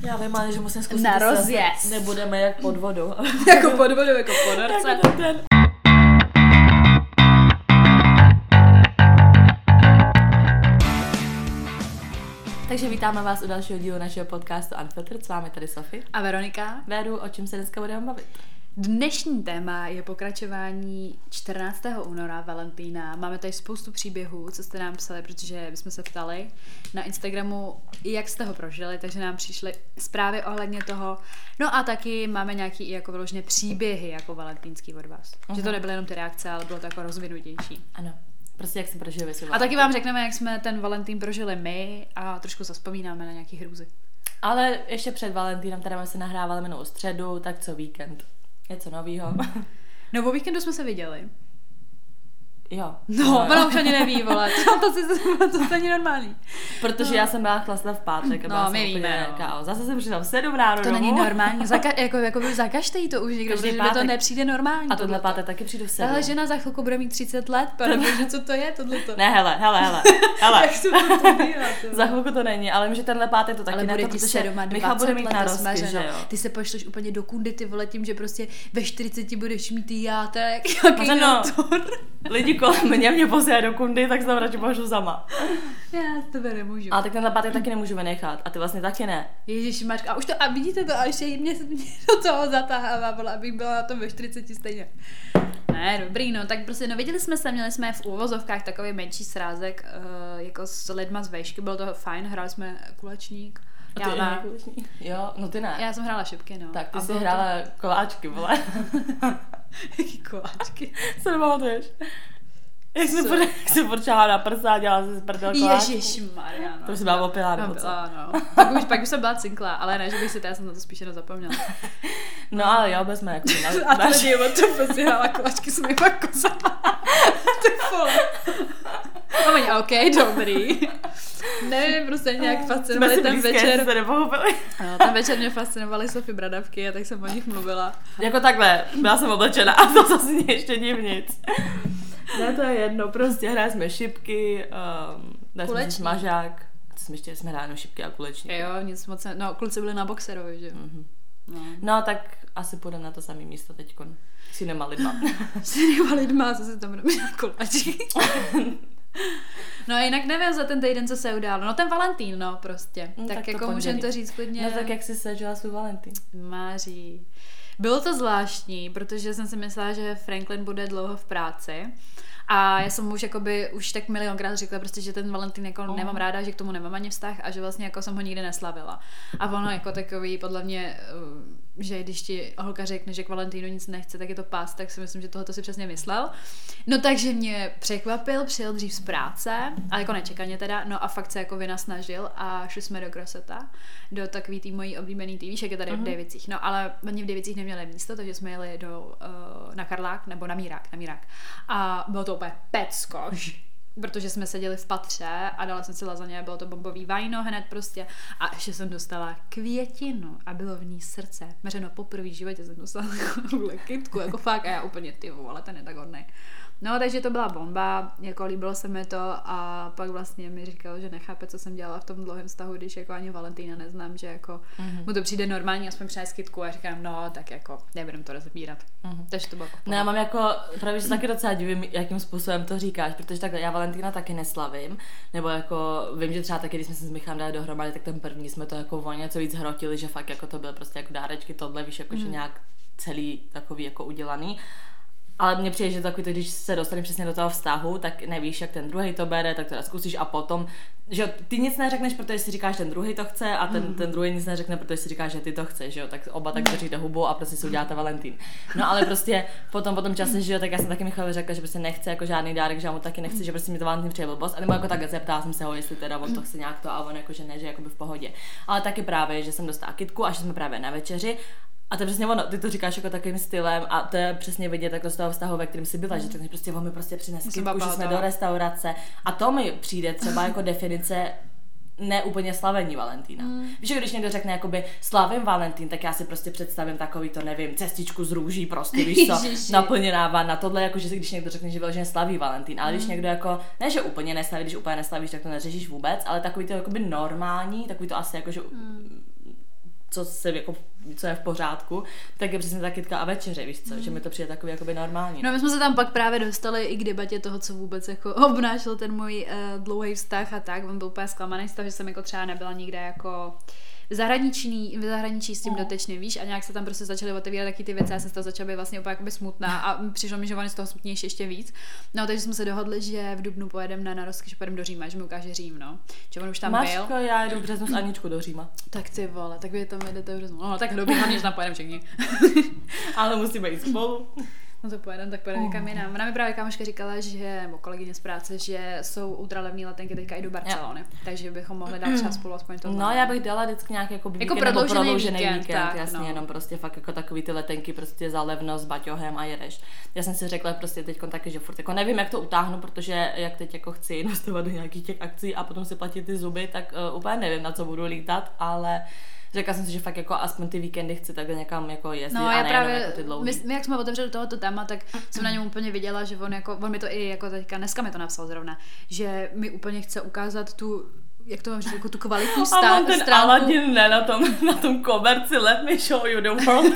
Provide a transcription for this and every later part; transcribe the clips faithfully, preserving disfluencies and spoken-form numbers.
Já vím, ale že musím zkusit. Na rozjezd. Nebudeme jak pod vodou. Jako pod vodou, jako ponorce. Jako ten. Takže vítáme vás u dalšího dílu našeho podcastu Unfiltered. S vámi tady Sofie. A Veronika. Véru, o čem se dneska budeme bavit? Dnešní téma je pokračování čtrnáctého února, Valentína. Máme tady spoustu příběhů, co jste nám psali, protože my jsme se ptali na Instagramu, jak jste ho prožili, takže nám přišly zprávy ohledně toho. No a taky máme nějaký i jako vyloženě příběhy jako valentýnský od vás. Uh-huh. Že to nebyly jenom ty reakce, ale bylo to jako rozvinutější. Ano. Prostě jak se prožili vy. A taky vám řekneme, jak jsme ten Valentín prožili my a trošku zazpomínáme na nějaký hrůzy. Ale ještě před Valentínem, teda jsme se nahrávali minulou středu, tak co víkend? Něco novýho. No o víkendu jsme se viděli. Jo. No, no ona už ani neví, vole. To, to, to, to není normální. Protože no. Já jsem byla chlasna v pátek a byla no, jsem úplně no. K O. Zase jsem přišla v sedm ráno To domů. není normální. Zaka, jako, jako zakažte jí to už někdo, protože to nepřijde normální. A tohle pátek taky přijdu v sedm. Ale žena za chvilku bude mít třicet let, protože co to je tohleto? Ne, hele, hele, hele. hele. Jak se to podívá, Za chvilku to není, ale vím, že tenhle pátek to taky ale ne, bude to, ti protože Michal bude mít narozky, že jo. Ty se pošleš úplně do kundy, ty vole, tím, že prostě ve čtyřiceti budeš mít ty játek, jaký motor. Lidi kolem mě mě posílají do kundy, tak jsem radši pošlu sama. Já to tebe nemůžu. Ale tak tenhle pátek taky nemůžu vynechat. A ty vlastně taky ne. Ježišmarka, a už to, a vidíte to, a ještě mě, mě do toho zatáhává, abych byla na tom ve čtyřiceti stejně. Ne, dobrý, no, tak prostě, no viděli jsme se, měli jsme v úvozovkách takový menší srázek, uh, jako s lidma z vejšky, bylo to fajn, hráli jsme kulečník. A ty já kulečník? Jo, no ty ne. Já jsem hrála šipky, no. Tak ty a jsi hrála to... koláčky, vole. Jaký koláčky? Co nepamatuješ? Jak jsi se počala na prsa a dělala jsi z prdel koláčku? Ježišmarja, no. To už jsi byla opilá, no, nebo co? No. Pak už, pak už jsem byla cinklá, ale ne, že bych si to, já jsem na to spíš jenom zapomněla. No ale jo, jsme jako... Na, a lidi o to prostě hrála koláčky s mými pak kozama. Ty vole. No oni, ok, dobrý. Nevím, prostě nějak fascinovali ten večer. Jsme nepochopili. No, ten večer mě fascinovaly Sofie bradavky a tak jsem o nich mluvila. Jako takhle, byla jsem oblečena a to zase ještě divnic. Ne, to je jedno, prostě hráli jsme šipky, um, dali jsme smažák. A to jsme ještě jsme hráli no šipky a kulečník. Jo, nic moc ne, no kluci byli na boxerovi, že jo. Mm-hmm. No. no, tak asi půjdeme na to samé místo teďkon. S jinýma lidma. S jinýma lidma, zase tam budeme na koláčky. No a jinak nevím za ten týden, co se událo. No ten Valentín, no prostě. No, tak, tak jako můžeme to říct klidně. No tak jak jsi sežila svůj Valentín? Máří. Bylo to zvláštní, protože jsem si myslela, že Franklin bude dlouho v práci. A já jsem mu už jakoby už tak milionkrát řekla prostě, že ten Valentín jako oh. nemám ráda, že k tomu nemám ani vztah a že vlastně jako jsem ho nikdy neslavila. A ono jako takový podle mě, že když ti holka řekne, že k Valentínu nic nechce, tak je to pás, tak si myslím, že tohoto si přesně myslel. No takže mě překvapil, přijel dřív z práce, ale jako nečekaně teda, no a fakt se jako vynasnažil a šli jsme do Groseta, do takový tý mojí oblíbený tý, víš, jak je tady uh-huh. v Davicích. No ale oni v Davicích neměli místo, takže jsme jeli do, uh, na Karlák nebo na Mírák, na Mírák. A bylo to úplně peckoš, protože jsme seděli v patře a dala jsem si lazaně, bylo to bombový vajno hned prostě a ještě jsem dostala květinu a bylo v ní srdce. Meřeno poprvé v životě jsem dostala takovou kytku, jako fakt a já úplně ty vole, ten je tak hodnej. No, takže to byla bomba, jako líbilo se mi to a pak vlastně mi říkal, že nechápe, co jsem dělala v tom dlouhém vztahu, když jako ani Valentína neznám, že jako mm-hmm. mu to přijde normální, aspoň přinést kytku a říkám, no, tak jako nebudem to rozebírat. Mm-hmm. Takže to bylo jako no, já mám jako, právě že taky docela divím, jakým způsobem to říkáš, protože takhle já Valentína taky neslavím, nebo jako vím, že třeba taky, když jsme se s Michalem dali dohromady, tak ten první jsme to jako o něco víc hrotili, že fakt jako to byl prostě jako dárečky, tohle, víš, jako mm. že nějak celý takový jako udělaný. Ale mně přijde, že takový to, když se dostaneš přesně do toho vztahu, tak nevíš, jak ten druhý to bere, tak teda zkusíš a potom, že ty nic neřekneš, protože si říkáš, že ten druhý to chce a ten, mm. ten druhý nic neřekne, protože si říkáš, že ty to chceš, že jo, tak oba tak držíte hubu a prostě si uděláte Valentín. No ale prostě potom po tom čase, že jo, tak já jsem taky Michalovi řekla, že prostě nechce jako žádný dárek, že já mu taky nechci, že prostě mi to Valentín přijde blbost, a nebo jako tak zeptala jsem se ho, jestli teda on to chce nějak to a on jako že ne, že jakoby v pohodě. Ale taky právě, že jsem dostala kytku a že jsme právě na večeři. A to je přesně ono, ty to říkáš jako takovým stylem a to je přesně vidět jako z toho vztahu, ve kterém jsi byla, mm. že řekneš prostě, on mi prostě přines kytku, že jsme do restaurace a to mi přijde třeba jako definice ne úplně slavení Valentína. Mm. Víš, když někdo řekne jakoby slavím Valentín, tak já si prostě představím takový to, nevím, cestičku z růží prostě, víš co, naplněná vana, tohle jako, že když někdo řekne, že vyloženě slaví Valentín, ale mm. když někdo jako, ne, že úplně neslaví, když úplně neslavíš, tak to neřešíš vůbec, ale takový to jakoby normální, takový to asi jako, že mm. co se jako, co je v pořádku, tak je přesně ta kytka a večeře, víš co, mm. že mi to přijde takový jakoby normální. No my jsme se tam pak právě dostali i k debatě toho, co vůbec jako obnášel ten můj uh, dlouhý vztah a tak, on byl úplně zklamaný z toho, že jsem jako třeba nebyla nikde jako v zahraničí, v zahraničí s tím dotyčným, víš, a nějak se tam prostě začaly otevírat taky ty věci, já jsem z toho začala být vlastně úplně jakoby smutná a přišlo mi, že on je z toho smutnější ještě víc. No, takže jsme se dohodli, že v dubnu pojedeme na narozky, že pojedeme do Říma, že mi ukáže Řím, no. Že on už tam Maško, byl. já jdu v březnu s Aničkou do Říma. Tak ty vole, tak vy tam jedete v březnu. No, tak dobrý, hlavně, že tam pojedeme všichni. Ale musíme jít spolu. No to pojedeme, tak pojedeme někam jinam. Ona mi právě kámoška říkala, že, nebo kolegyně z práce, že jsou ultralevný letenky teďka i do Barcelony, ja. takže bychom mohli dát třeba spolu aspoň to. No, já bych dala vždycky nějaký jako, jako víkend, prodloužený, prodloužený víkend, víkend tak, jasně, no. Jenom prostě fakt jako takový ty letenky prostě za levno s baťohem a jedeš. Já jsem si řekla prostě teď taky, že furt jako nevím, jak to utáhnu, protože jak teď jako chci investovat do nějakých těch akcí a potom si platit ty zuby, tak uh, úplně nevím, na co budu lítat, ale řekla jsem si, že fakt jako aspoň ty víkendy chci takhle někam jako jezdit no, a já ne právě, jako ty dlouhý. My, my, jak jsme otevřeli tohoto téma, tak jsem na něm úplně viděla, že on jako, on mi to i jako teďka, dneska mi to napsal zrovna, že mi úplně chce ukázat tu, jak to mám říct, jako tu kvalitní stránku. A mám ten Aladdin ne na tom, na tom koberci, let me show you the world.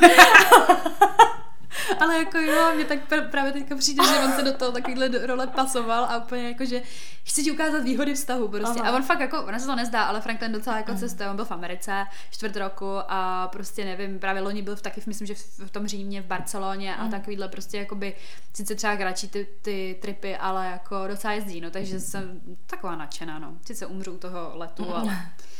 Ale jako jo, mě tak pr- právě teďka přijde, že on se do toho takovýhle role pasoval a úplně jako, že chci ti ukázat výhody vztahu prostě. Aha. A on fakt jako, ona se to nezdá, ale Franklin docela jako cestuje, on byl v Americe čtvrt roku a prostě nevím, právě loni byl v taky, myslím, že v tom Římě, v Barceloně a mm. takovýhle prostě jakoby, sice třeba kratší ty, ty tripy, ale jako docela jezdí, no, takže jsem taková nadšená, no. Sice umřu u toho letu, ale...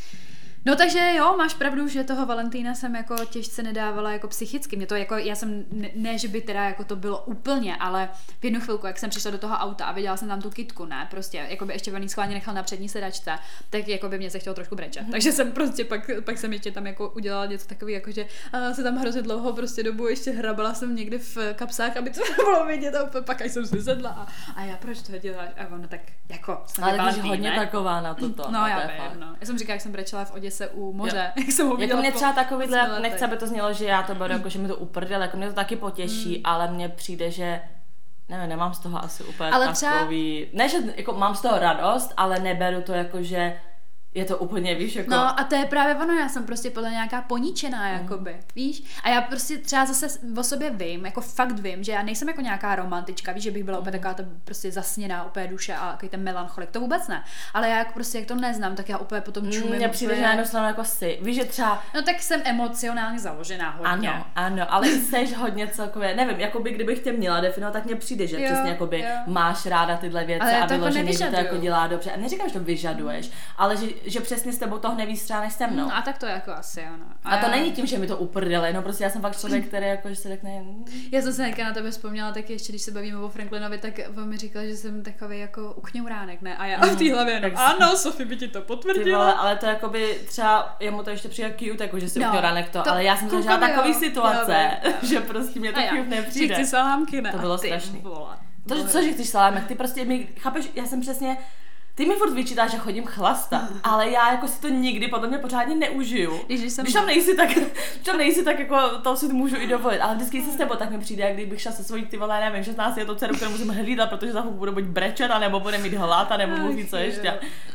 No takže jo, máš pravdu, že toho Valentína jsem jako těžce nedávala jako psychicky. Mě to jako, já jsem, ne, ne že by teda jako to bylo úplně, ale v jednu chvilku, jak jsem přišla do toho auta a viděla jsem tam tu kytku, ne, prostě, jako by ještě on schválně nechal na přední sedačce, tak jako by mě se chtělo trošku brečet. Mm-hmm. Takže jsem prostě pak, pak jsem ještě tam jako udělala něco takový, jako že a se tam hrozně dlouho prostě dobu ještě hrabala jsem někdy v kapsách, aby to bylo vidět a pak až jsem si sedla a, a já proč to děláš? A ono tak jako ale jsi hodně ne? Taková na toto. No, já vím, no. Já jsem říkala, jak jsem brečela v Oděse u moře, jak jsem ho viděla. Jako mě třeba takovýhle, jak nechci, aby to znělo, že já to beru, jako, že mi to uprdel, jako mě to taky potěší, mm. ale mně přijde, že nevím, nemám z toho asi úplně ale takový, třeba... ne, že jako mám z toho radost, ale neberu to jako, že je to úplně, víš, jako... No a to je právě ono, já jsem prostě podle nějaká poníčená, jakoby, mm. víš? A já prostě třeba zase o sobě vím, jako fakt vím, že já nejsem jako nějaká romantička, víš, že bych byla mm. úplně taková ta prostě zasněná úplně duše a takový ten melancholik, to vůbec ne. Ale já jako prostě, jak to neznám, tak já úplně potom čumím. Mně přijde, úplně... že najednou jsem jako si, víš, že třeba... No tak jsem emocionálně založená hodně. Ano, ano, ale jsi hodně celkově, nevím, jakoby kdybych tě měla definovat, tak mně přijde, že jo, přesně jakoby jo. máš ráda tyhle věci a vyloženě, že to jako dělá dobře. A neříkám, že to vyžaduješ, ale že, že přesně s tebou toho nevíš třeba než se mnou. No a tak to jako asi, ano. A, a to já... není tím, že mi to uprdele, no prostě já jsem fakt člověk, který jako, že se řekne... Já jsem se někde na tebe vzpomněla, tak ještě když se bavíme o Franklinovi, tak on mi říkal, že jsem takový jako ukňouránek, ne? A já mm. v té hlavě, no, ano, Sofie by ti to potvrdila. Vole, ale to jakoby třeba, jemu to ještě přijde cute, jako že jsi no, ukňouránek to, to, ale já jsem zažila takový situace, jo, jo. že prostě mě to cute nepřijde. Chci salámky, ne? To bylo strašný. To, co, že chceš salámek, ty prostě mi, chápeš, já jsem přesně Ty mi furt vyčítáš, že chodím chlastat, ale já jako si to nikdy podle mě pořádně neužiju. Když, jsem... když tam nejsi, tak, když tam nejsi, tak jako to si to můžu i dovolit. Ale vždycky se s tebou tak mi přijde, jak kdybych šla se svojí ty vole, nevím, šestnáct je to dceru, kterou musím hlídat, protože za chvilku budu buď brečet, nebo bude mít hlad, nebo budu víc co ještě.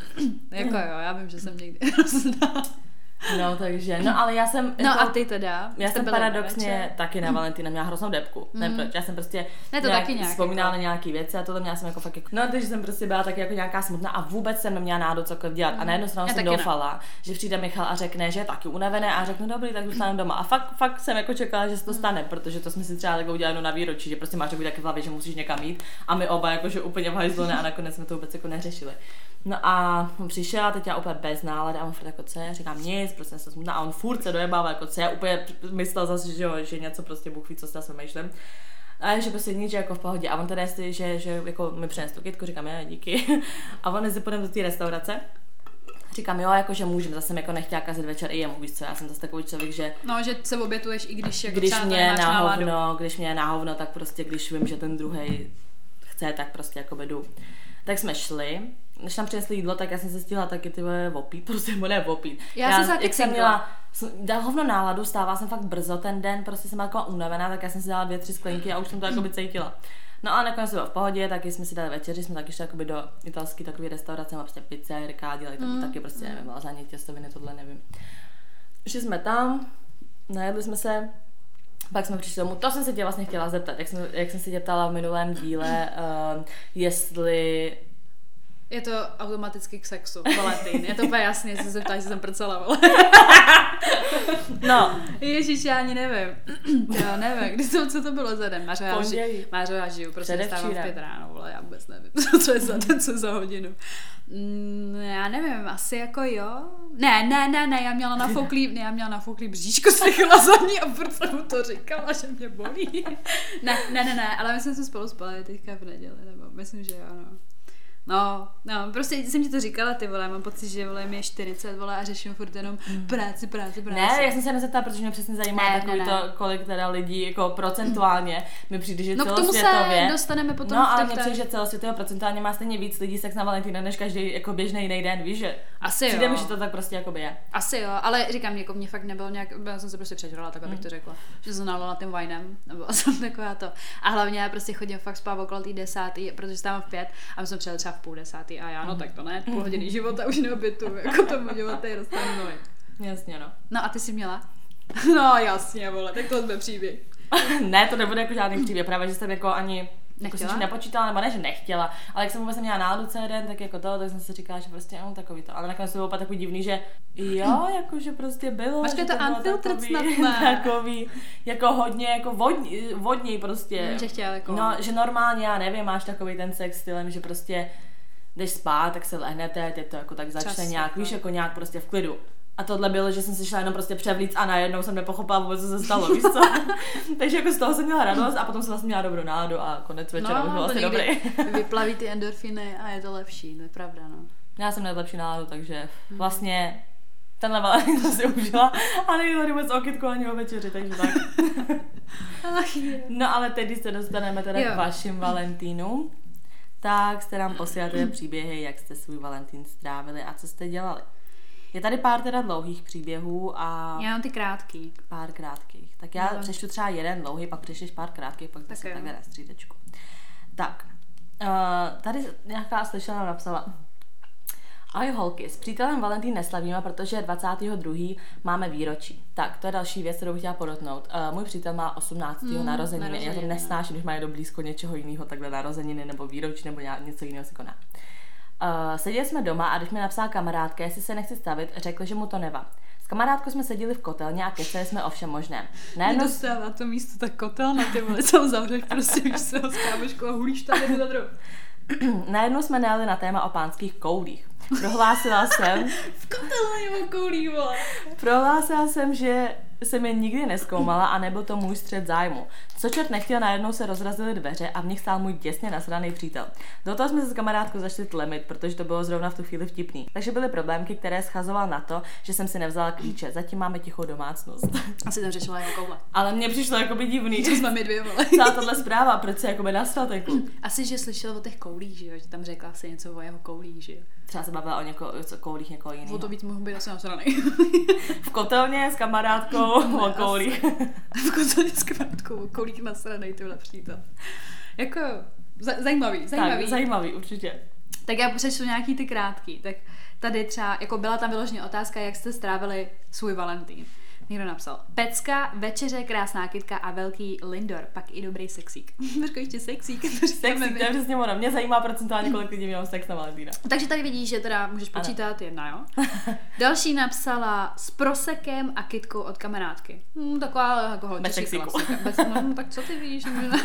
Jako jo, já vím, že jsem někdy rozdá. No, takže, no ale já jsem... No jako, a ty teda? Já jsem paradoxně taky na Valentína měla hroznou depku. Mm. Nevím proč, já jsem prostě ne, to nějak, taky nějak, vzpomínala jako. na nějaký věci a tohle měla jsem jako fakt jako... No, takže jsem prostě byla taky jako nějaká smutná a vůbec jsem neměla nádu cokoliv dělat. Mm. A na jednu stranu já jsem doufala, ne. že přijde Michal a řekne, že je taky unavené a řeknu, dobrý, tak zůstanu doma. A fakt, fakt jsem jako čekala, že se to stane, protože to jsme si třeba jako udělali na výročí, že prostě máš takový taky v hlavě, že musíš někam jít a my oba jakože úplně v hajzlu ne a nakonec jsme to vůbec jako neřešili. No a on přišel a teď já úplně bez nálady a on furt jako co je, říkám nic, prostě jsem smutná a on furt se dojebával jako co je, úplně myslel zase, že jo, že něco prostě Bůh ví, co se vymýšlím. A že prostě nic, že jako v pohodě. A on teda jestli, že, že jako mi přinesl tu kytku, říkám, já díky. A on si půjdeme do té restaurace. Říkám, jo, jako že můžem, zase jsem jako nechtěla kazit večer i jemu, víš co, já jsem zase takový člověk, že... No, že se obětuješ i když jako když mě na hovno, když mě na hovno, tak prostě když vím, že ten druhej chce, tak prostě jako jdu. Tak jsme šli, než tam přinesli jídlo, tak já jsem se stihla taky ty opít, prostě ne opít. Já, já jsem se taky jsem měla, dal hovno náladu, stávala jsem fakt brzo ten den, prostě jsem byla taková unavená, tak já jsem si dala dvě, tři sklenky a už jsem to jakoby cítila. No a nakonec bylo v pohodě, taky jsme si dali večeři, jsme taky šli jakoby do italské takové restaurace, má prostě pizzerka, dělají tam mm. taky prostě, nevím, lasagne, těstoviny, tohle nevím. šli jsme tam, najedli jsme se, pak jsme přišli domů. To jsem se tě vlastně chtěla zeptat, jak jsem, jak jsem se tě ptala v minulém díle, uh, jestli... Je to automaticky k sexu, Valentín. Je to úplně jasný, jestli se ptáš, že jsem prcela, vole. No. Ježíš, já ani nevím. Já nevím, když to, co to bylo za den. Mářo, já, ži, Mářo, já žiju, prostě stávám v pět ráno, vole, já vůbec nevím, co je za den, co za hodinu. Mm, já nevím, asi jako jo. Ne, ne, ne, ne, já měla nafouklý, ne, já měla nafouklý bříško z těch lazaní a proč jsem mu to říkala, že mě bolí. Ne, ne, ne, ne, ale my jsme se spolu spali teďka v neděli, nebo myslím, že jo, no. No, no, prostě jsem ti to říkala, ty vole, mám pocit, že vole, mi je čtyřicet, vole, a řeším furt jenom práci, práci, práci. Ne, já jsem se nezeptala, protože mě přesně zajímá ne, takový ne, ne. to, kolik teda lidí, jako procentuálně, mi přijde, že no, celosvětově. No k tomu se dostaneme potom no, v ale mně přijde, že celosvětově procentuálně má stejně víc lidí sex na Valentína, než každý jako běžný jiný den, víš, že? Asi přijde jo. mi, že to tak prostě jakoby je. Asi jo, ale říkám, jako mě fakt nebylo nějak, já jsem se prostě přežrala, tak abych mm. to řekla, že jsem nalila tím vinem, nebo jsem taková to. A hlavně já prostě chodím fakt spát okolo té desátý, protože stávám v pět a my jsme přijeli třeba v půl desátý a já, no tak to ne, půl hodiny života už neobětuju, jako tomu života je dostanu nohy. Jasně, no. No a ty jsi měla? No jasně, vole, tak to jsme příběh. Ne, to nebude jako žádný příběh, právě, že jsem jako ani jako nechtěla? Jako nepočítala, nebo ne, že nechtěla, ale jak jsem vůbec neměla náladu celý den, tak jako to, tak jsem si říkala, že prostě no, takový to, ale nakonec to bylo takový divný, že jo, jako že prostě bylo. Máš to unfiltered snad, ne? Takový, jako hodně, jako vodní, vodní prostě. Že chtěla jako. No, že normálně, já nevím, máš takový ten sex stylem, že prostě jdeš spát, tak se lehnete, teď to jako tak začne Čas, nějak, víš, jako nějak prostě v klidu. A tohle bylo, že jsem si šla jenom prostě převlíct a najednou jsem nepochopila vůbec, co se stalo, víš co? Takže jako z toho jsem měla radost a potom jsem vlastně měla dobrou náladu a konec večera no, už byl asi dobrý. Vyplaví ty endorfiny a je to lepší, to je pravda, no. Já jsem měla lepší náladu, takže vlastně tenhle Valentín jsem si užila a nejde tady vůbec o kytku ani o večeři, takže tak. No ale teď, se dostaneme teda jo. k vašim Valentínům, tak jste nám posíláte příběhy, jak jste svůj Valentín strávili a co jste dělali. Je tady pár teda dlouhých příběhů a... Já mám ty krátký. Pár krátkých. Tak já no. přečtu třeba jeden dlouhý, pak přečteš pár krátkých, pak zase takhle na střídečku. Tak, uh, tady nějaká slyšela napsala. Ahoj holky, s přítelem Valentín neslavíme, protože dvacátého druhého máme výročí. Tak, to je další věc, kterou bych chtěla podotknout. Uh, můj přítel má osmnáctého Hmm, narozeniny. narozeniny. Já to nesnáším, když má někdo blízko něčeho jiného, takhle narozeniny nebo výročí nebo něco jiného si koná. Uh, seděli jsme doma a když mi napsala kamarádka, jestli se nechci stavit, řekl, že mu to nevá. S kamarádkou jsme seděli v kotelně a kecali jsme o všem možném. Najednou... Dostává to místo tak kotel na ty vole, co zavřeš, prostě víš se ho s kámoškou a hulíš tady za druhou. Najednou jsme najeli na téma o pánských koulích. Prohlásila jsem... v kotelně o koulích, vole. Prohlásila jsem, že jsem je nikdy nezkoumala a nebyl to můj střet zájmu. Co čert nechtěl, najednou se rozrazily dveře a v nich stál můj děsně nasraný přítel. Do toho jsme se s kamarádkou začali tlemit, protože to bylo zrovna v tu chvíli vtipný. Takže byly problémky, které schazoval na to, že jsem si nevzala klíče. Zatím máme tichou domácnost. Asi tam řešila jako koule. Ale mně přišlo jako by divný. Co jsme my dvě, vole. Celá tahle zpráva, proč se jako by nastal ten kluk. Asi, že slyšel o těch koulích, že jo, že tam řekla asi něco o jeho koulích, že jo. Třeba se bavila o něko, o koulích někoho jiného. O to víc mohl být asi nasraný. V kotelně s kamarádkou o koulích. V kotelně s kamarádkou o koulích nasraný, tyhle přítel. Jako zajímavý, zajímavý. Tak, zajímavý, určitě. Tak já přečtu nějaký ty krátký. Tak tady třeba, jako byla tam vyloženě otázka, jak jste strávili svůj Valentín. Někdo napsal, pecka, večeře, krásná kytka a velký lindor, pak i dobrý sexík. Trošku ještě sexík. Sexík, to je přesně ono. Mě zajímá procentuálně, kolik lidí mělo sex na Valentína. Takže tady vidíš, že teda můžeš počítat ano. jedna, jo? Další napsala s prosekem a kytkou od kamarádky. Hmm, taková jako holčičí klasika. Bez no, tak co ty vidíš?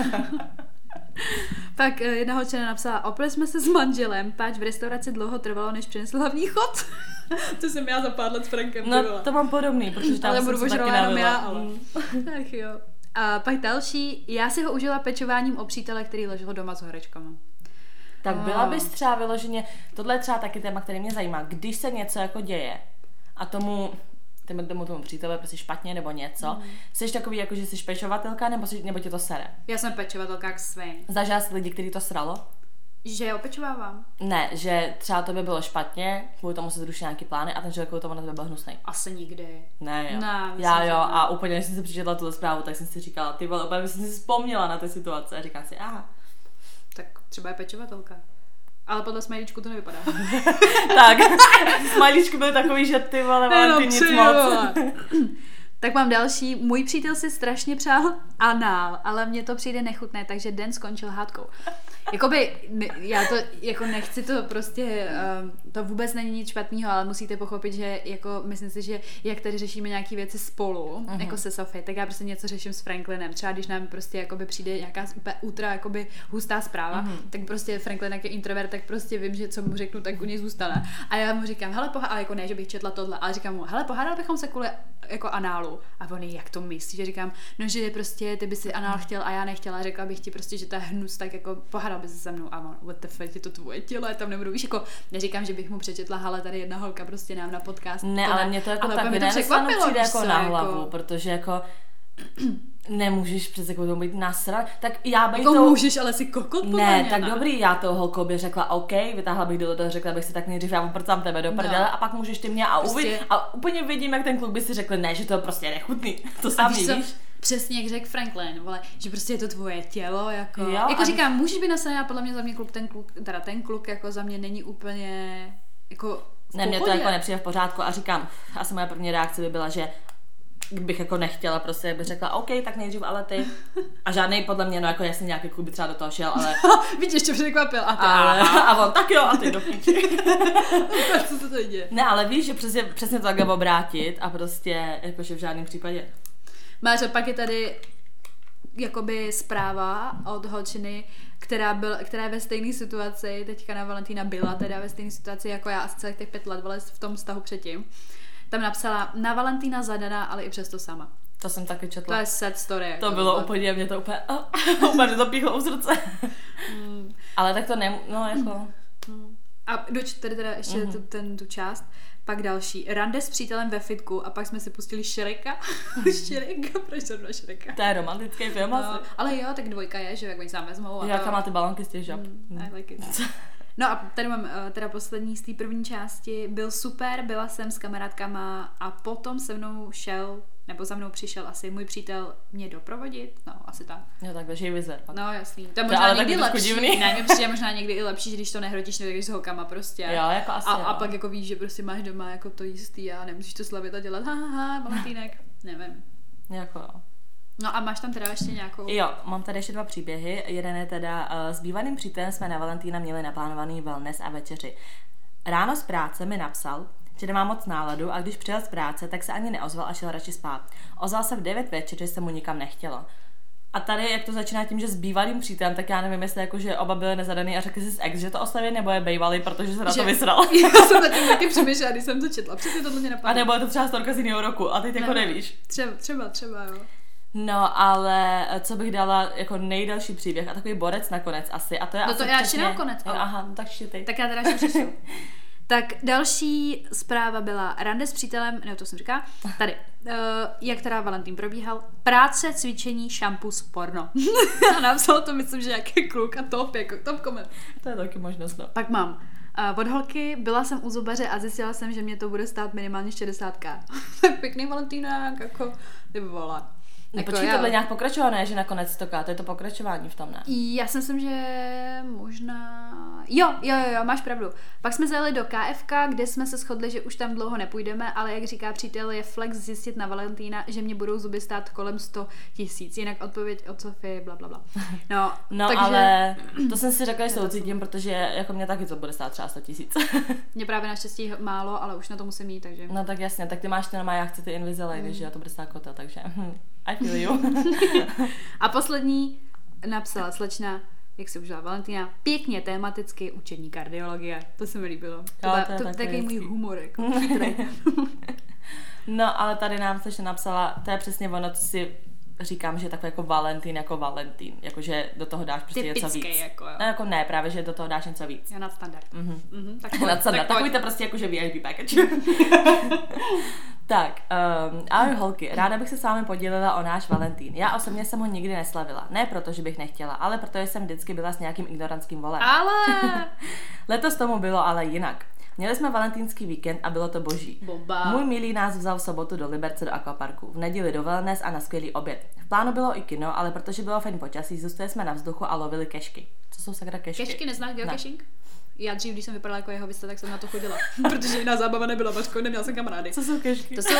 Pak jedna holčina napsala, opili jsme se s manželem, páč v restauraci dlouho trvalo, než přinesl hlavní chod. To jsem já za pár let s Frankem. No to mám podobný, protože tam ale jsem budu se taky jenom já, ale... Ach jo. A pak další, já si ho užila pečováním o přítele, který ležel doma s horečkama. Tak byla bys třeba vyloženě, tohle je třeba taky téma, který mě zajímá, když se něco jako děje a tomu tomu, tomu, tomu přítele prostě špatně nebo něco, mm. jsi takový jako, že jsi pečovatelka nebo, jsi, nebo tě to sere? Já jsem pečovatelka jak svým. Zažila jsi lidi, kteří to sralo? Že jo, pečovávám. Ne, že třeba to by bylo špatně, kvůli tomu se zruší nějaký plány a ten člověk kvůli tomu na tebe byl hnusnej. Asi nikdy. Ne, jo. Ne, já jo, a úplně, když jsem si přečetla tuhle zprávu, tak jsem si říkala, ty vole, úplně jsem si vzpomněla na ty situace a říkala si, aha. Tak třeba je pečovatelka. Ale podle smajlíčku to nevypadá. Tak, smajlíčky byly takový, že ty vole, Valentín nic moc. Tak mám další. Můj přítel si strašně přál anál, ale mně to přijde nechutné, takže den skončil hádkou. Jakoby, já to jako nechci to prostě, um, to vůbec není nic špatného, ale musíte pochopit, že jako myslím si, že jak tady řešíme nějaké věci spolu, uh-huh. jako se Sofie, tak já prostě něco řeším s Franklinem. Třeba když nám prostě jakoby přijde nějaká úplně ultra jakoby hustá zpráva, uh-huh. tak prostě Franklin, jak je introvert, tak prostě vím, že co mu řeknu, tak u něj zůstane. A já mu říkám, hele, pohádal, jako ne, že bych četla tohle, ale říkám mu, hele, pohádal bychom se kvůli jako análu. A on, jak to myslíš? Že říkám, no, že prostě ty by si anál chtěl a já nechtěla, řekla bych ti prostě, že to je hnus, tak jako pohádal by se se mnou a on, what the fuck, je to tvoje tělo, já tam nebudu, víš, jako neříkám, že bych mu přečetla, hele, tady jedna holka prostě nám na podcast. Ne, ale mě to jako tak mě to překvapilo, přijde jako na hlavu, jako... protože jako nemůžeš přece k tomu být nasrat, tak já bych jako to... můžeš, ale si kokot Ne, mě, tak ne? Dobrý, já toho holkou bych řekla OK, vytáhla bych do toho, řekla bych si tak nejdřív, já poprcám tebe do prdele no. a pak můžeš ty mě a prostě... uvidí, a úplně vidím, jak ten kluk by si řekl, ne, že to je prostě nechutný, to samý, víš? víš? Přesně jak řekl Franklin, vole, že prostě je to tvoje tělo, jako, jo, jako a... říkám, můžeš být nasadená, podle mě za mě kluk, ten kluk, teda ten kluk jako za mě není úplně, jako ne, mě to jako nepřijde v pořádku a říkám, asi moje první reakce by byla, že bych jako nechtěla, prostě bych řekla, OK, tak nejdřív, ale ty. A žádnej podle mě, no jako jasně nějaký kluk by třeba do toho šel, ale... Vidíš, čo překvapil. A ty, ale, a on, tak jo, a ty do píči. Co se to děje? Ne, ale víš, že přesně, přesně to takhle obrátit a prostě, jakože v žádném případě. Máře, pak je tady jakoby zpráva od holčiny, která, byl, která je ve stejné situaci, teďka na Valentína byla teda ve stejné situaci jako já asi celých těch pět let, ale v tom vztahu předtím. Tam napsala, na Valentína zadaná, ale i přesto sama. To jsem taky četla. To je sad story. To jako bylo úplně, mě to úplně, oh, úplně to píchlo u srdce. Mm. Ale tak to ne, no jako. Mm. A doč tady teda ještě mm-hmm. tu, ten, tu část. Pak další. Rande s přítelem ve fitku a pak jsme si pustili Šreka. Šreka, proč to bylo Šreka? To je romantický film no, asi. Ale jo, tak dvojka je, že jak oni sám vezmou. A jaká má ty balonky z těch žab. Mm, I like it. No a tady mám uh, teda poslední z té první části. Byl super, byla jsem s kamarádkama a potom se mnou šel, nebo za mnou přišel asi můj přítel mě doprovodit. No, asi tak. Jo, tak takže vize. No, jasný. To je možná to někdy lepší. Divný. Ne, mě přijde možná někdy i lepší, když to nehrotíš, než když s holkama prostě. Jo, jako asi, a, jo. a pak jako víš, že prostě máš doma jako to jistý a nemusíš to slavit a dělat ha, ha, ha, Valentínek. Nevím. Jako jo. No a máš tam teda ještě nějakou... Jo, mám tady ještě dva příběhy. Jeden je teda, uh, s bývalým přítelem jsme na Valentína měli naplánovaný wellness a večeři. Ráno z práce mi napsal, že nemá moc náladu a když přijel z práce, tak se ani neozval a šel radši spát. Ozval se v devět večer, že se mu nikam nechtělo. A tady, jak to začíná tím, že s bývalým přítelem, tak já nevím, jestli jako, že oba byli nezadaný a řekli si s ex, že to oslavě, nebo je bývalý, protože se na že... to vysral. Já jsem na tím taky přemýšlela, když jsem to četla. Přesně tohle mě napadlo. A nebo je to třeba storka z jiného roku a ty jako ne, nevíš. Třeba, třeba, třeba, jo. No, ale co bych dala jako nejdelší příběh a takový borec nakonec asi. A to je no asi to já přesně... ještě nakonec. Jo, aha, no tak šitej. Tak já teda ještě přišel. Tak další zpráva byla rande s přítelem, ne, to jsem říká, tady, uh, jak teda Valentín probíhal, práce, cvičení, šampus, porno. A napsal to, myslím, že jaký kluk a top, jako top koment. To je taky možnost, no. Pak mám, uh, od holky, byla jsem u zubaře a zjistila jsem, že mě to bude stát minimálně šedesátka. Tak pěkný Valentínák, jako, ty vole. No jako počkej, tohle nějak pokračované, že nakonec to to je to pokračování v tom, ne? Já si myslím, že možná... Jo, jo, jo, máš pravdu. Pak jsme zajeli do K F K, kde jsme se shodli, že už tam dlouho nepůjdeme, ale jak říká přítel, je flex zjistit na Valentína, že mě budou zuby stát kolem sto tisíc. Jinak odpověď od Sofie, bla, bla, bla. No, no takže... ale to jsem si řekla, že soucítím, protože jako mě taky to bude stát třeba sto tisíc. Mě právě naštěstí málo, ale už na to musím jít, takže... No tak jasně, tak ty máš ty normálně, já chci ty Invisaligny, mm. že já to bude stát kota, takže I feel you. A poslední napsala slečna, jak se užila Valentína, pěkně tematicky učení kardiologie. To se mi líbilo. To, jo, to, to, to takový můj humor. Jako, no, ale tady nám slečna napsala, to je přesně ono, co si říkám, že je takový jako Valentín jako Valentín. Jakože do toho dáš prostě typický, něco víc. Jako, no jako ne, právě, že do toho dáš něco víc. Jo, nadstandard. Mhm. Mhm, tak nadstandard. Takový to prostě jakože V I P package. Tak, um, ahoj holky, ráda bych se s vámi podělila o náš Valentín. Já osobně jsem ho nikdy neslavila. Ne proto, že bych nechtěla, ale protože jsem vždycky byla s nějakým ignorantským volem. Ale! Letos tomu bylo ale jinak. Měli jsme valentínský víkend a bylo to boží. Bomba. Můj milý nás vzal v sobotu do Liberce do akvaparku, v neděli do wellness a na skvělý oběd. V plánu bylo i kino, ale protože bylo fajn počasí, zůstali jsme na vzduchu a lovili kešky. Co jsou sakra kešky? Kešky, neznáš geocaching? Já dřív, když jsem vypadala jako jeho vista, tak jsem na to chodila. Protože jiná zábava nebyla, Bačko, neměla jsem kamarády. Co jsou kešky? To jsou,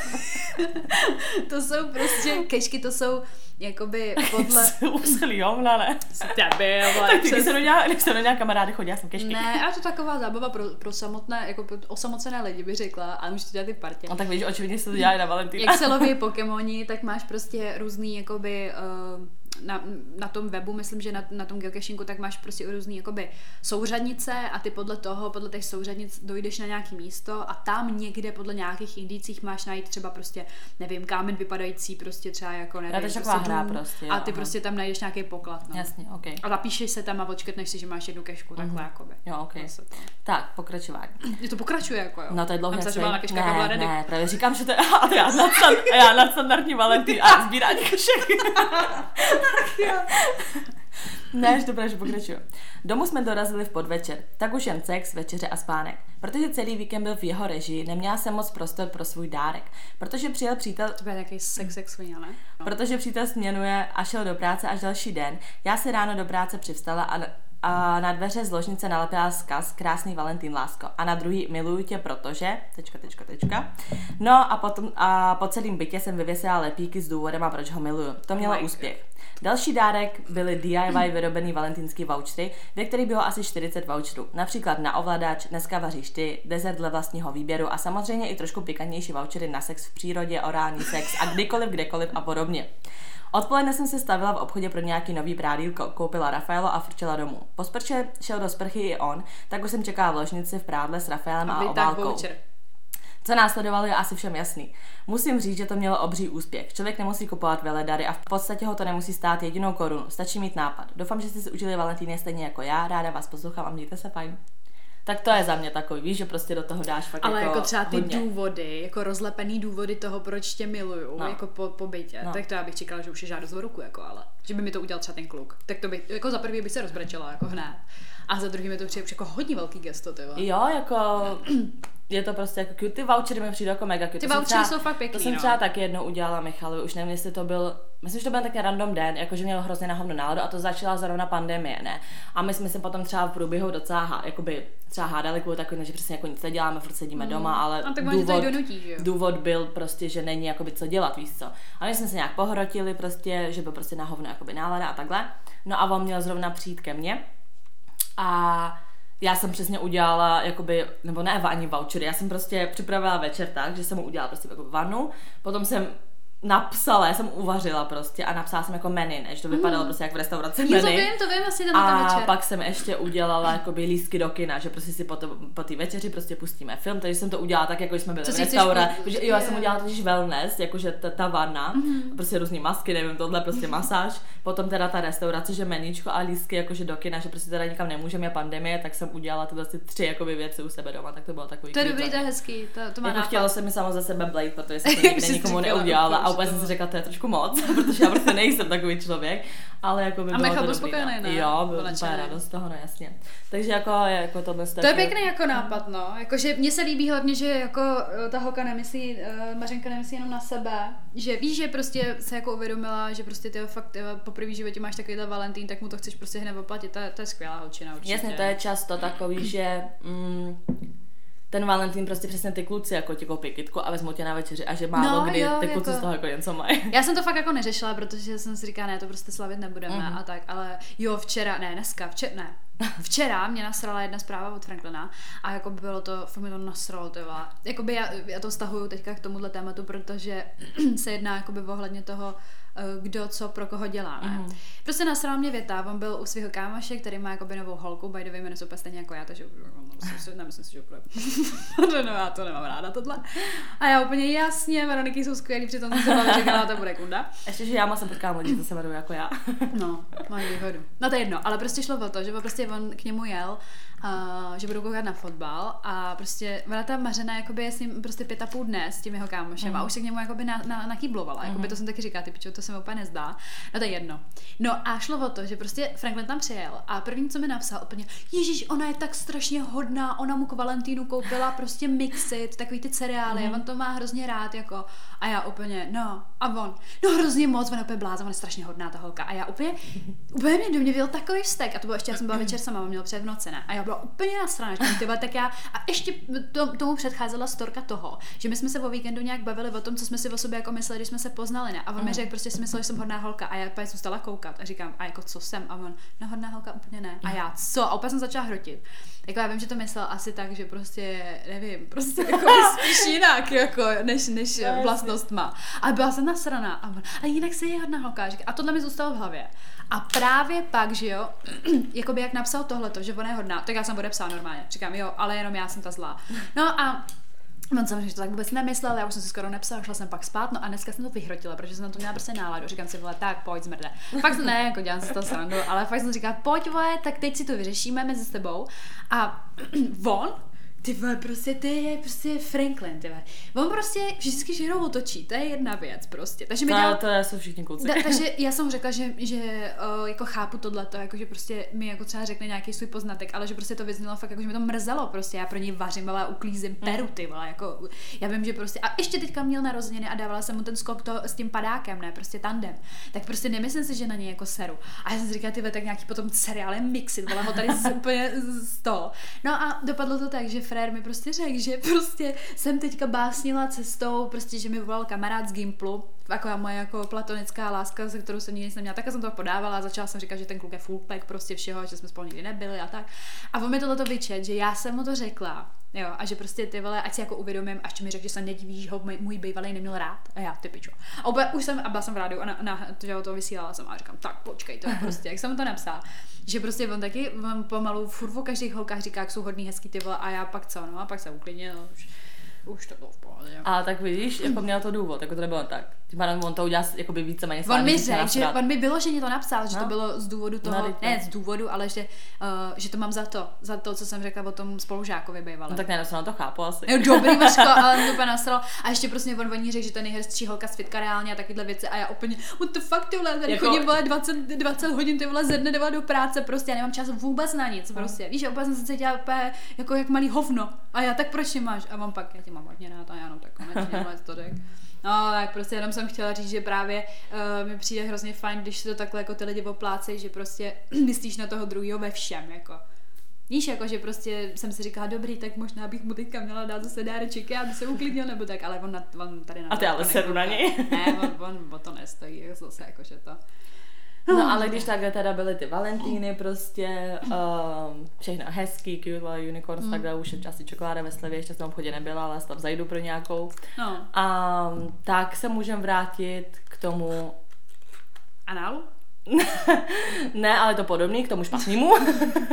to jsou prostě, kešky to jsou jakoby podle... Uschlý, jo, ne? Tebe, tak ty, když jsem neměla, když jsem neměla kamarády, chodila jsem kešky. Ne, a to taková zábava pro, pro samotné, jako pro osamocené lidi, bych řekla, a můžeš to dělat i v partě. No tak víš, očividně se to dělá na Valentína. Jak se loví Pokémoni, tak máš prostě různý, jakoby, uh, na, na tom webu, myslím, že na, na tom geocachingu, tak máš prostě různý, jakoby, souřadnice a ty podle toho, podle těch souřadnic dojdeš na nějaký místo a tam někde podle nějakých indicích máš najít třeba prostě, nevím, kámen vypadající prostě třeba jako, nevím, prostě hra prostě, jo, a ty aha. prostě tam najdeš nějaký poklad. No. Jasně, okay. A zapíšeš se tam a odškrtneš si, že máš jednu kešku, mm-hmm. takhle jakoby. Jo, okay. Tak, pokračování. Je to pokračuje jako, jo. No to je dlouhé. Tam se na keška ne, byla ready. Ne, právě říkám, že to je, a to já nadstand, a já nadstandardní Valentín a sbírání kešek. Ne, že dobré, že pokračuju. Domů jsme dorazili v podvečer, tak už jen sex, večeře a spánek. Protože celý víkend byl v jeho režii, neměla jsem moc prostor pro svůj dárek. Protože přijel přítel... To byl nějaký sex, sex svině, ne? No. Protože přítel směnuje a šel do práce až další den, já se ráno do práce přivstala a... a na dveře z ložnice nalepila vzkaz krásný Valentín, lásko. A na druhý miluju tě, protože... Tečka, tečka, tečka. No a, potom, a po celém bytě jsem vyvěsila lepíky s důvodem a proč ho miluju. To mělo oh úspěch. Další dárek byly D I Y vyrobený valentýnský vouchery, ve kterých bylo asi čtyřicet voucherů. Například na ovladač, dneska vaříš ty, dezert dle vlastního výběru a samozřejmě i trošku pikantnější vouchery na sex v přírodě, orální sex a kdykoliv, kdekoliv a podobně. Odpoledne jsem se stavila v obchodě pro nějaký nový prádílko, koupila Rafaelo a frčela domů. Po sprše šel do sprchy i on, tak už jsem čekala v ložnici v prádle s Rafaelem a obálkou. Co následovalo, je asi všem jasný. Musím říct, že to mělo obří úspěch. Člověk nemusí kupovat veledary a v podstatě ho to nemusí stát jedinou korunu. Stačí mít nápad. Doufám, že jste si užili Valentíny stejně jako já. Ráda vás poslouchám a mějte se fajn. Tak to je za mě takový, víš, že prostě do toho dáš fakt ale jako jako třeba ty hodně. Důvody, jako rozlepený důvody toho, proč tě miluju, no. jako po, po bytě, no. Tak to já bych čekala, že už je žádost o ruku, jako ale, že by mi to udělal třeba ten kluk. Tak to by, jako za prvý bych se rozbrečela, jako hned. A za druhý mi to přijde už jako hodně velký gesto, tyva. Jo, jako... Je to prostě jako cute, ty vouchery mi přijde jako mega cute. Ty vouchery jsou fakt pěkný, To jsem no. třeba taky jednou udělala Michalovi, už nevím, jestli to byl, myslím, že to byl taky random den, jakože měl hrozně na hovno náladu a to začala zrovna pandemie, ne? A my jsme se potom třeba v průběhu docela há, jakoby třeba hádali kvůli takovým, že přesně jako nic neděláme, furt sedíme mm. doma, ale a tak důvod, donutí, že jo? důvod byl prostě, že není jakoby co dělat, víš co. A my jsme se nějak pohrotili prostě, že byl prostě na hovno jakoby nálada a takhle. No a on měl zrovna přijít ke mně a já jsem přesně udělala, jakoby, nebo ne ani vouchery, já jsem prostě připravila večer tak, že jsem mu udělala prostě jako vanu, potom jsem napsala, já jsem uvařila prostě a napsala jsem jako menu, ne, že to vypadalo mm. prostě jak v restauraci menu. Jo, to vím, to vím, asi ten a večer. pak jsem ještě udělala jakoby lístky do kina, že prostě si po, to, po té večeři prostě pustíme film, takže jsem to udělala tak, jako jsme byli co v restauraci. Jo, já jsem udělala totiž wellness, jakože ta, ta vana, mm. prostě různý masky, nevím, tohle prostě masáž, potom teda ta restaurace, že meníčko a lístky jakože do kina, že prostě teda nikam nemůžeme, je pandemie, tak jsem udělala tyhle tři jakoby věci u sebe doma, tak to bylo takový. To je dobrý, to je hezký, to, to má jako chtělo se mi samo za sebe blade, protože jsem to nikdy nikomu neudělala a úplně jsem si řekla, to je trošku moc, protože já prostě nejsem takový člověk, ale jako by a bylo to byl dobrý, spokojený, no. ne? Jo, byl úplně radost z toho, no jasně. Takže jako, jako tohle to je pěkný jako nápad, no. Jakože mně se líbí hlavně, že jako ta holka nemyslí, uh, Mařenka nemyslí jenom na sebe, že víš, že prostě se jako uvědomila, že prostě ty fakt tyjo, po první životě máš takovýhle Valentín, tak mu to chceš prostě hned oplatit, to je, to je skvělá holčina určitě. Jasně, to je často takový, že mm, ten Valentín prostě přesně ty kluci jako ti koupí kytku a vezmou tě na večeři a že málo no, kdy jo, ty kluci jako... z toho jako něco mají. Já jsem to fakt jako neřešila, protože jsem si říkala, ne, to prostě slavit nebudeme mm-hmm. a tak, ale jo, včera, ne, dneska, včera, ne, včera mě nasrala jedna zpráva od Franklina a jako by bylo to, fakt mi to nasralo, tyva. Jakoby já, já to vztahuju teďka k tomuhle tématu, protože se jedná jakoby ohledně toho, kdo co pro koho dělá, ne? Mm. Prostě nasrala mě věta, on byl u svého kámoše, který má jakoby novou holku, by the way, jmenuje se úplně stejně jako já, takže nemyslím si, že úplně no já to nemám ráda tohle. A já úplně jasně, Veroniky jsou skvělý, přitom jsem se bavila, že to bude kunda. Ještě, že já mám se potkám lidi, to se jmenují jako já. No, mají výhodu. No to je jedno, ale prostě šlo o to, že prostě on k němu jel, uh, že budou koukat na fotbal a prostě ona ta Mařena jakoby je s ním prostě pět a půl dne s tím jeho kámošem mm. a už se k němu jakoby na, na, nakýblovala, mm. jakoby to jsem taky říkala, ty pičo, to se mi úplně nezdá. No to je jedno. No a šlo o to, že prostě Franklin tam přijel a první, co mi napsal, úplně, ježiš, ona je tak strašně hodná, ona mu k Valentínu koupila prostě mixit, takový ty cereály, mm. on to má hrozně rád, jako, a já úplně, no, a on, no hrozně moc, on je úplně blázen, on je strašně hodná ta holka, a já úplně, úplně mě do mě byl takový vztek, a to bylo ještě, já jsem byla večer sama, on měl před v noci, ne, a já byla úplně nasraná, tak já, a ještě to, tomu předcházela storka toho, že my jsme se o víkendu nějak bavili o tom, co jsme si o sobě jako mysleli, když jsme se poznali, ne? A on mi řekl, prostě si myslel, že jsem hodná holka a já úplně zůstala koukat a říkám, a jako co jsem? A on, no hodná holka úplně ne. A já, co? A opět jsem začala hrotit. Jako já vím, že to myslel asi tak, že prostě, nevím, prostě jako spíš jinak, jako, než, než vlastnost má. A byla jsem nasraná. A, on, a jinak se je hodná holka. A tohle mi zůstalo v hlavě. A právě pak, že jo, jakoby jak napsal tohleto, že ona je hodná, tak já jsem odepsala normálně. Říkám, jo, ale jenom já jsem ta zlá. No a on samozřejmě to tak vůbec nemyslel, já už jsem si skoro nepsala, šla jsem pak spát, no a dneska jsem to vyhrotila, protože jsem na to měla prostě náladu. Říkám si, vole, tak pojď zmrde. Fakt jsem, ne, jako dělám si to srandu, ale fakt jsem říkala, pojď vole, tak teď si to vyřešíme mezi sebou. A on, ty vole, prostě ty je prostě Franklin, ty vole. On prostě vždycky žirou otočí, to je jedna věc prostě. Takže mi dal, to, to jsou všichni kluci. Da, takže já jsem mu řekla, že, že uh, jako chápu tohleto, jako že prostě mi jako třeba řekne nějaký svůj poznatek, ale že prostě to vyznělo fakt, jako že mi to mrzelo prostě, já pro něj vařím, ale uklízím peru, ty vole, jako já vím, že prostě, a ještě teďka měl narozeniny a dávala jsem mu ten skok to, s tím padákem, ne, prostě tandem, tak prostě nemyslím si, že na něj jako seru. A já jsem si říkala, ty vole, tak nějaký potom seriály mixit, vole, ho tady z, úplně z toho. No a dopadlo to tak, že frér mi prostě řekl, že prostě jsem teďka básnila cestou, prostě, že mi volal kamarád z Gimplu, taková moje jako platonická láska, se kterou jsem nikdy nic neměla, tak jsem to podávala a začala jsem říkat, že ten kluk je full pack prostě všeho, že jsme spolu nikdy nebyli a tak. A on mi tohleto vyčet, že já jsem mu to řekla, jo, a že prostě ty vole, ať si jako uvědomím, až mi řekl, že se nediví, že ho můj, můj bývalý neměl rád. A já, ty pičo. A oba, už jsem, a byla jsem v rádiu a na, na to, to vysílala jsem a říkám, tak počkej, to je prostě, jak jsem mu to napsala. Že prostě on taky, on pomalu furt o každých holkách říká, jak jsou hodný, hezký ty vole, a já pak co, no a pak se uklidnil, no, už, už to bylo v pohodě. A tak vidíš, jako měl to důvod, jako to nebylo tak. Tím pádem on to udělal jakoby víceméně On mi řekl, že on mi bylo, že mě to napsal, že no. to bylo z důvodu toho, no, ne z důvodu, ale že, uh, že to mám za to, za to, co jsem řekla o tom spolužákovi bývalém. No tak ne, no to chápu asi. Jo, dobrý, Vaško, ale to úplně nasralo. A ještě prostě on voní řekl, že to je nejhezčí holka z fitka reálně a takovéhle věci a já úplně, what the fuck, ty vole, tady jako... chodím vole dvacet, dvacet hodin, ty vole ze dne dva do práce, prostě já nemám čas vůbec na nic, prostě. No. Víš, opět jsem se cítila úplně jako jak malý hovno. A já tak proč máš? A on pak, já tě mám hodně rád a já no tak konečně to tak. No, tak prostě jenom jsem chtěla říct, že právě uh, mi přijde hrozně fajn, když si to takhle jako ty lidi oplácejí, že prostě myslíš na toho druhého ve všem, jako. Víš, jako, že prostě jsem si říkala, dobrý, tak možná bych mu teďka měla dát zase dáreček, aby se uklidnil, nebo tak, ale on, na, on tady na a ty ale seru na něj. Ne, on, on o to nestojí, zase jako, že to... No ale když takhle teda byly ty Valentíny prostě, um, všechno hezký, cute, unicorns, mm. takhle už je asi čokoláda ve slevě, ještě jsem v obchodě nebyla, ale tam zajdu pro nějakou. No. Um, tak se můžeme vrátit k tomu... Análu? Ne, ale to podobný, k tomu špatnému. um,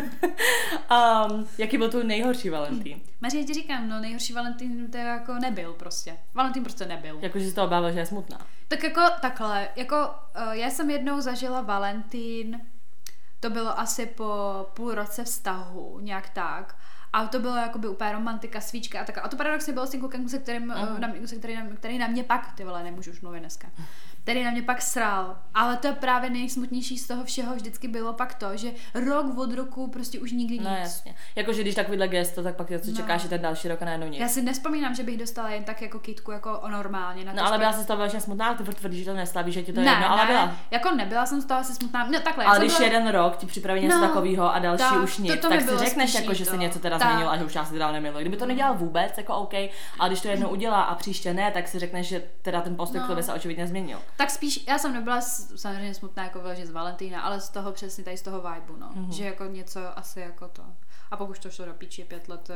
jaký byl tu nejhorší Valentín? Maří, já ti říkám, no nejhorší Valentín to jako nebyl prostě. Valentín prostě nebyl. Jakože jsi toho bavil, že je smutná. Tak jako takhle, jako uh, já jsem jednou zažila Valentín, to bylo asi po půl roce vztahu, nějak tak. A to bylo jakoby úplně romantika, svíčka a tak. A to paradoxně bylo s tím klukem, se kterým, uh-huh. na, se který, na, který na mě pak, ty vole, nemůžu už mluvit dneska, který na mě pak sral. Ale to je právě nejsmutnější z toho všeho vždycky bylo pak to, že rok od roku prostě už nikdy nic. No jasně. Jakože když takovýhle gesto, tak pak co čekáš, že no. ten další rok a najednou nic. Já si nespomínám, že bych dostala jen tak jako kytku jako normálně. Na no ale byla jsi z toho velmi smutná, ty tvrdíš, že to neslaví, že ti to ne, jedno, ale ne, byla. Jako nebyla jsem z toho asi smutná. No takhle. Ale když byla... jeden rok ti připraví něco no, takového a další tak, už nic, to, to tak si řekneš spíší, jako, že to. se něco teda tak. změnilo a že už já si teda nemiluji. Kdyby to nedělal vůbec, jako OK, ale když to jednou udělá a příště ne, tak si řekneš, že teda ten postoj no. k tobě se očividně změnil. Tak spíš, já jsem nebyla samozřejmě smutná jako vyloženě z Valentína, ale z toho přesně tady z toho vibu, no. Mm-hmm. Že jako něco asi jako to. A pokud to šlo do píči pět let...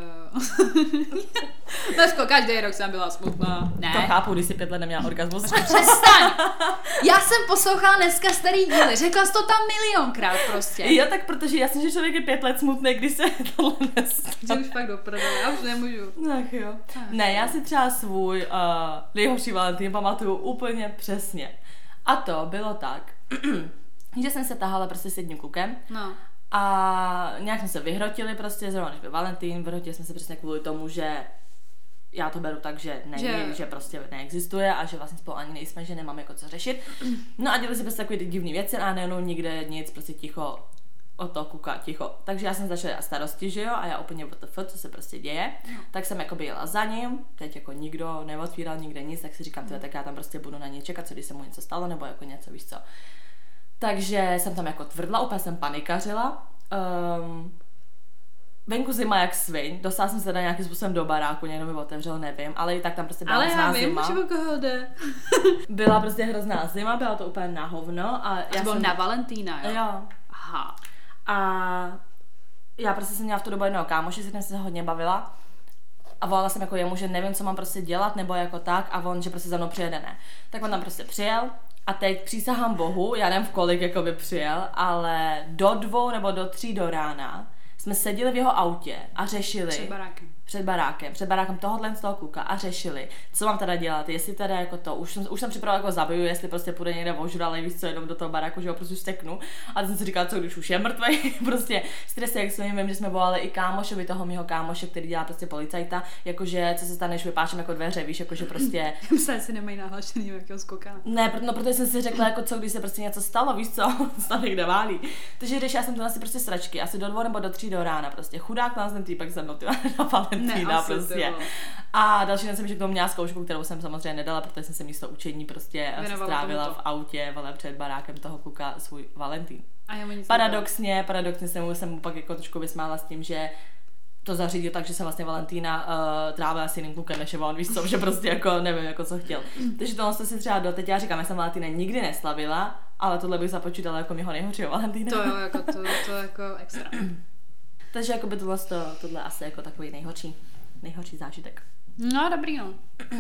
Dnesko, každý rok jsem byla smutná. Ne. To chápu, když jsi pět let neměla orgasmus. Přestaň! Já jsem poslouchala dneska starý díly, řekla jsi to tam milionkrát prostě. Jo, tak protože jasně, že člověk je pět let smutný, když se tohle nestane. Že už fakt doprvele, já už nemůžu. Ach jo. Ach. Ne, já si třeba svůj uh, nejhorší Valentín pamatuju úplně přesně. A to bylo tak, že jsem se tahala prostě s jedním klukem. No. A nějak jsme se vyhrotili prostě, zrovna než byl Valentín, vyhrotili jsme se přesně kvůli tomu, že já to beru tak, že není, že, že prostě neexistuje a že vlastně spolu ani nejsme, že nemáme jako co řešit. No a děli se prostě takové divné věci a nejenom nikde nic, prostě ticho od toho kuka, ticho. Takže já jsem začala starosti, že jo, a já úplně W T F, co se prostě děje. No. Tak jsem jako jela za ním, teď jako nikdo neotvíral nikde nic, tak si říkám, tyhle, tak já tam prostě budu na něj čekat, co když se mu něco stalo, nebo jako něco, víš co. Takže jsem tam jako tvrdla, úplně jsem panikařila. Um, venku zima jak sviň, dostala jsem se teda nějakým způsobem do baráku, někdo mi otevřel, nevím, ale i tak tam prostě byla ale hrozná já vím, zima. že o koho jde. Byla prostě hrozná zima, byla to úplně na hovno. A já to bylo jsem... na Valentína, jo? Jo. Aha. A já prostě jsem měla v tu dobu jednoho kámoše, se kterým jsem se hodně bavila. A volala jsem jako jemu, že nevím, co mám prostě dělat, nebo jako tak, a on, že prostě za mnou přijede, ne. Tak on tam prostě přijel a teď přísahám bohu, já nevím v kolik jako by přijel, ale do dvou nebo do tří do rána jsme seděli v jeho autě a řešili. Před barákem. Před barákem, před barákem tohohle z toho kluka a řešili, co mám teda dělat, jestli teda jako to, už jsem, už jsem připravila jako zabiju, jestli prostě půjde někde ožralej, víš co, jenom do toho baráku, že ho prostě steknu. A teď jsem si říkala, co když už je mrtvej, prostě stres, jak jsme vím, že jsme volali i kámošovi toho mýho kámoše, který dělá prostě policajta, jakože co se stane, když vypášem jako dveře, víš, jakože prostě. Myslím, si nemají nahlašený jakého skoka. Ne, no protože jsem si řekla, jako co, když se prostě něco stalo, víš co, tam někde válí. Takže když já jsem tu asi prostě sračky, asi do dvou nebo do tří do rána, prostě chudák nás ten týpek se mnou, na Valentína, prostě. A další den jsem že k tomu měla zkoušku, kterou jsem samozřejmě nedala, protože jsem se místo učení prostě strávila v autě, vole, před barákem toho kluka svůj Valentín. A já paradoxně, paradoxně jsem mu, jsem mu pak jako trošku vysmála s tím, že to zařídil tak, že se vlastně Valentína uh, trávila s jiným klukem, než je on, víš co, že prostě jako nevím, jako co chtěl. Takže tohle si třeba doteď, já říkám, já jsem Valentína nikdy neslavila, ale tohle bych započítala jako mýho nejhoršího Valentína. To jo, jako to, to jako extra. Takže jako by tohle, tohle asi jako takový nejhorší. Nejhorší zážitek. No, dobrý, no.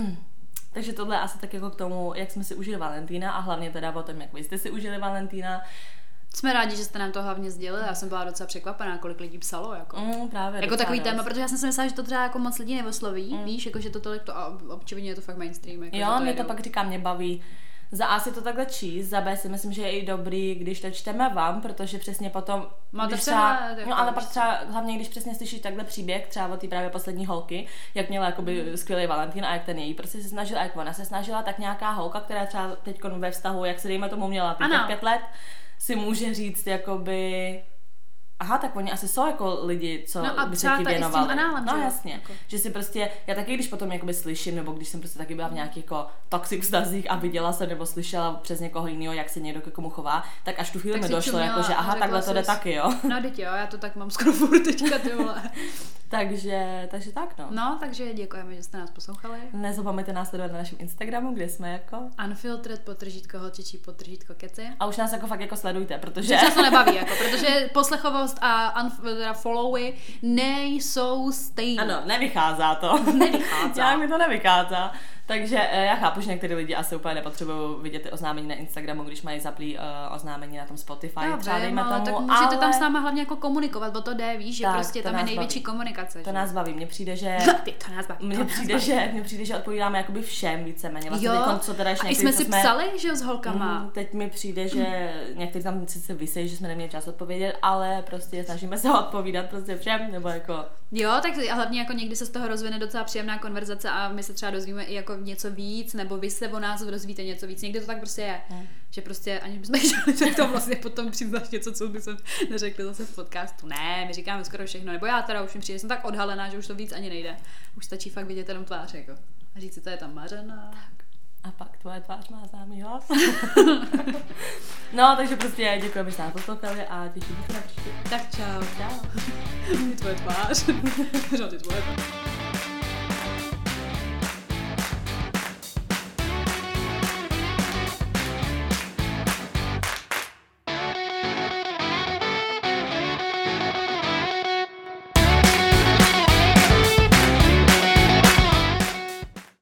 Takže tohle je asi tak jako k tomu, jak jsme si užili Valentína a hlavně teda o tom, jak vy jste si užili Valentína. Jsme rádi, že jste nám to hlavně sdělili, já jsem byla docela překvapená, kolik lidí psalo, jako. Mm, právě. Jako takový téma, protože já jsem si myslela, že to třeba jako moc lidí neosloví, mm. víš, jako že to tolik to, a očividně je to fakt mainstream. Jako, jo, to mě to jedou. pak říká, mě baví. Za A si to takhle číst, za B si myslím, že je i dobrý, když to čteme vám, protože přesně potom, Máte když třeba, přehled, jako no ale pak víš třeba, hlavně když přesně slyšíš takhle příběh, třeba od té právě poslední holky, jak měla jakoby mm. skvělý Valentín a jak ten její prostě se snažila, jak ona se snažila, tak nějaká holka, která třeba teď ve vztahu, jak se dejme tomu měla teď pět let, si může říct jakoby aha, tak oni asi jsou jako lidi, co no by se ti věnovali. Análem, no že? jasně, jako. Že si prostě, já taky když potom jakoby slyším, nebo když jsem prostě taky byla v nějakých jako toxic vztazích a viděla jsem nebo slyšela přes někoho jiného, jak se někdo ke komu chová, tak až tu chvíli mi došlo, jako, že aha, takhle to jde taky, jo. No teď jo, já to tak mám skoro furt teďka, ty vole. takže, takže tak, no. No, takže děkujeme, že jste nás poslouchali. Nezapomeňte nás sledovat na našem Instagramu, kde jsme jako Unfiltered, potržítko holčičí, potržítko keci. A už nás jako fakt jako sledujte, protože Že to nebaví, jako, protože poslechovost a unf- followy nejsou stejné. Ano, nevycházá to. Nevycházá. Já mi to nevycházá. Takže uh, já chápu, že některý lidi asi úplně nepotřebují vidět ty oznámení na Instagramu, když mají zaplý uh, oznámení na tom Spotify. Já třeba vím, dejme ale tomu, tak můžete ale... tam s náma hlavně jako komunikovat, bo to jde, víš, že tak, prostě tam je největší baví. komunikace. To že? nás baví, mně přijde, že... Ty, to nás baví. Mně přijde, že, mně přijde, že odpovídáme jakoby všem víceméně. Vlastně jo, teď, co teda a jsme si jsme... psali, že jo, s holkama. Mm, teď mi přijde, že někteří tam sice vysejí, že jsme neměli čas odpovědět, ale prostě snažíme se odpovídat prostě všem, nebo jako... Jo, tak a hlavně jako někdy se z toho rozvine docela příjemná konverzace a my se třeba dozvíme i jako něco víc, nebo vy se o nás dozvíte něco víc. Někdy to tak prostě je, hmm. že prostě ani bychom chtěli, tak to vlastně potom přiznáš něco, co bychom neřekli zase v podcastu. Ne, my říkáme skoro všechno, nebo já teda už mi přijde, jsem tak odhalená, že už to víc ani nejde. Už stačí fakt vidět jenom tvář, jako. A říct si, to je tam Mařena. Tak. A pak tvoje tvář má známý hlas. No, takže prostě děkujeme, že jste nás poslouchali a těšíme se na příště. Tak čau. Čau. Tvoje tvář. Ty tvoje tvář.